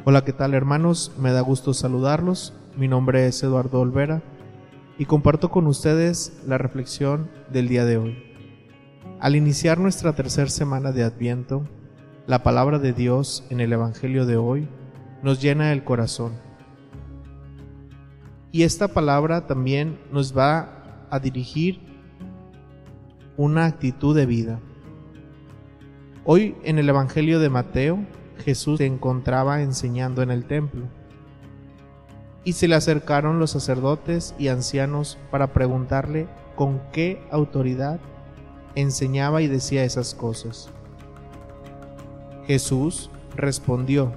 Hola, ¿qué tal, hermanos? Me da gusto saludarlos. Mi nombre es Eduardo Olvera y comparto con ustedes la reflexión del día de hoy. Al iniciar nuestra tercera semana de Adviento, la palabra de Dios en el Evangelio de hoy nos llena el corazón. Y esta palabra también nos va a dirigir una actitud de vida. Hoy en el Evangelio de Mateo, Jesús se encontraba enseñando en el templo, y se le acercaron los sacerdotes y ancianos para preguntarle con qué autoridad enseñaba y decía esas cosas. Jesús respondió: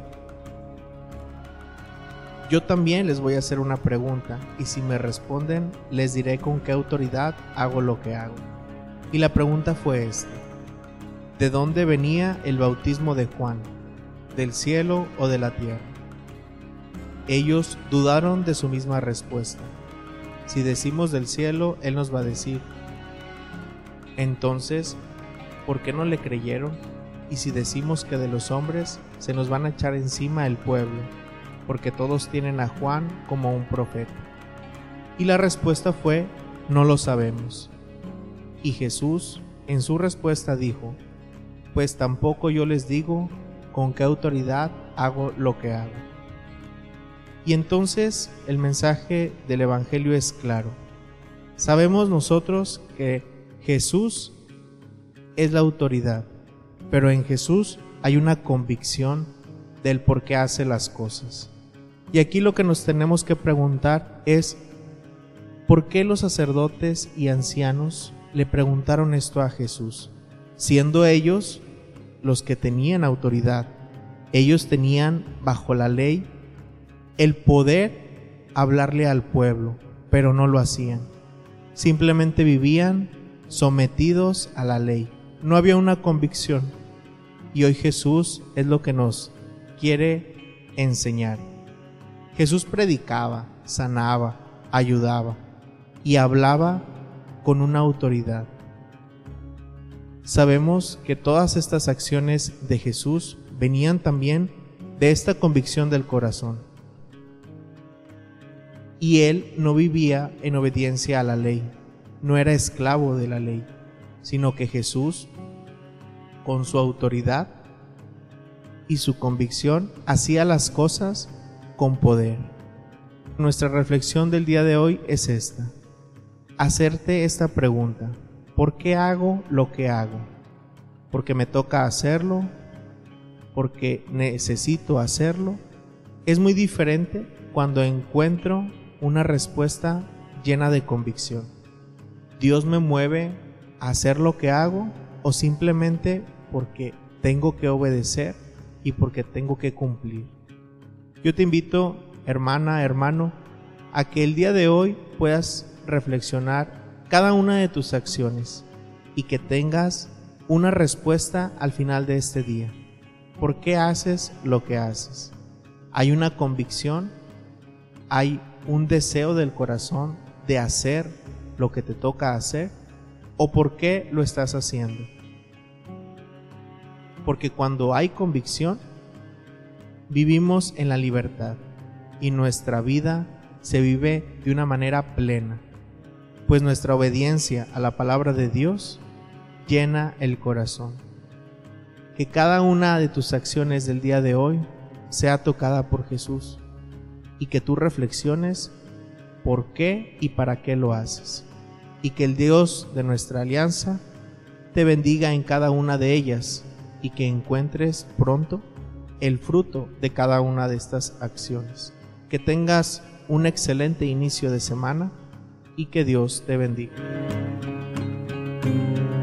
yo también les voy a hacer una pregunta, y si me responden, les diré con qué autoridad hago lo que hago. Y la pregunta fue esta: ¿de dónde venía el bautismo de Juan? ¿Del cielo o de la tierra? Ellos dudaron de su misma respuesta. Si decimos del cielo, él nos va a decir: entonces, ¿por qué no le creyeron? Y si decimos que de los hombres, se nos van a echar encima el pueblo, porque todos tienen a Juan como un profeta. Y la respuesta fue: no lo sabemos. Y Jesús, en su respuesta, dijo: pues tampoco yo les digo con qué autoridad hago lo que hago. Y entonces el mensaje del Evangelio es claro. Sabemos nosotros que Jesús es la autoridad, pero en Jesús hay una convicción del por qué hace las cosas. Y aquí lo que nos tenemos que preguntar es: ¿por qué los sacerdotes y ancianos le preguntaron esto a Jesús? Siendo ellos los que tenían autoridad, ellos tenían bajo la ley el poder hablarle al pueblo, pero no lo hacían. Simplemente vivían sometidos a la ley. No había una convicción. Y hoy Jesús es lo que nos quiere enseñar. Jesús predicaba, sanaba, ayudaba y hablaba con una autoridad. Sabemos que todas estas acciones de Jesús venían también de esta convicción del corazón. Y él no vivía en obediencia a la ley, no era esclavo de la ley, sino que Jesús, con su autoridad y su convicción, hacía las cosas con poder. Nuestra reflexión del día de hoy es esta: hacerte esta pregunta: ¿por qué hago lo que hago? ¿Porque me toca hacerlo? ¿Porque necesito hacerlo? Es muy diferente cuando encuentro una respuesta llena de convicción. ¿Dios me mueve a hacer lo que hago o simplemente porque tengo que obedecer y porque tengo que cumplir? Yo te invito, hermana, hermano, a que el día de hoy puedas reflexionar cada una de tus acciones y que tengas una respuesta al final de este día. ¿Por qué haces lo que haces? ¿Hay una convicción? ¿Hay un deseo del corazón de hacer lo que te toca hacer? ¿O por qué lo estás haciendo? Porque cuando hay convicción, vivimos en la libertad y nuestra vida se vive de una manera plena, pues nuestra obediencia a la palabra de Dios llena el corazón. Que cada una de tus acciones del día de hoy sea tocada por Jesús y que tú reflexiones por qué y para qué lo haces. Y que el Dios de nuestra alianza te bendiga en cada una de ellas y que encuentres pronto el fruto de cada una de estas acciones. Que tengas un excelente inicio de semana y que Dios te bendiga.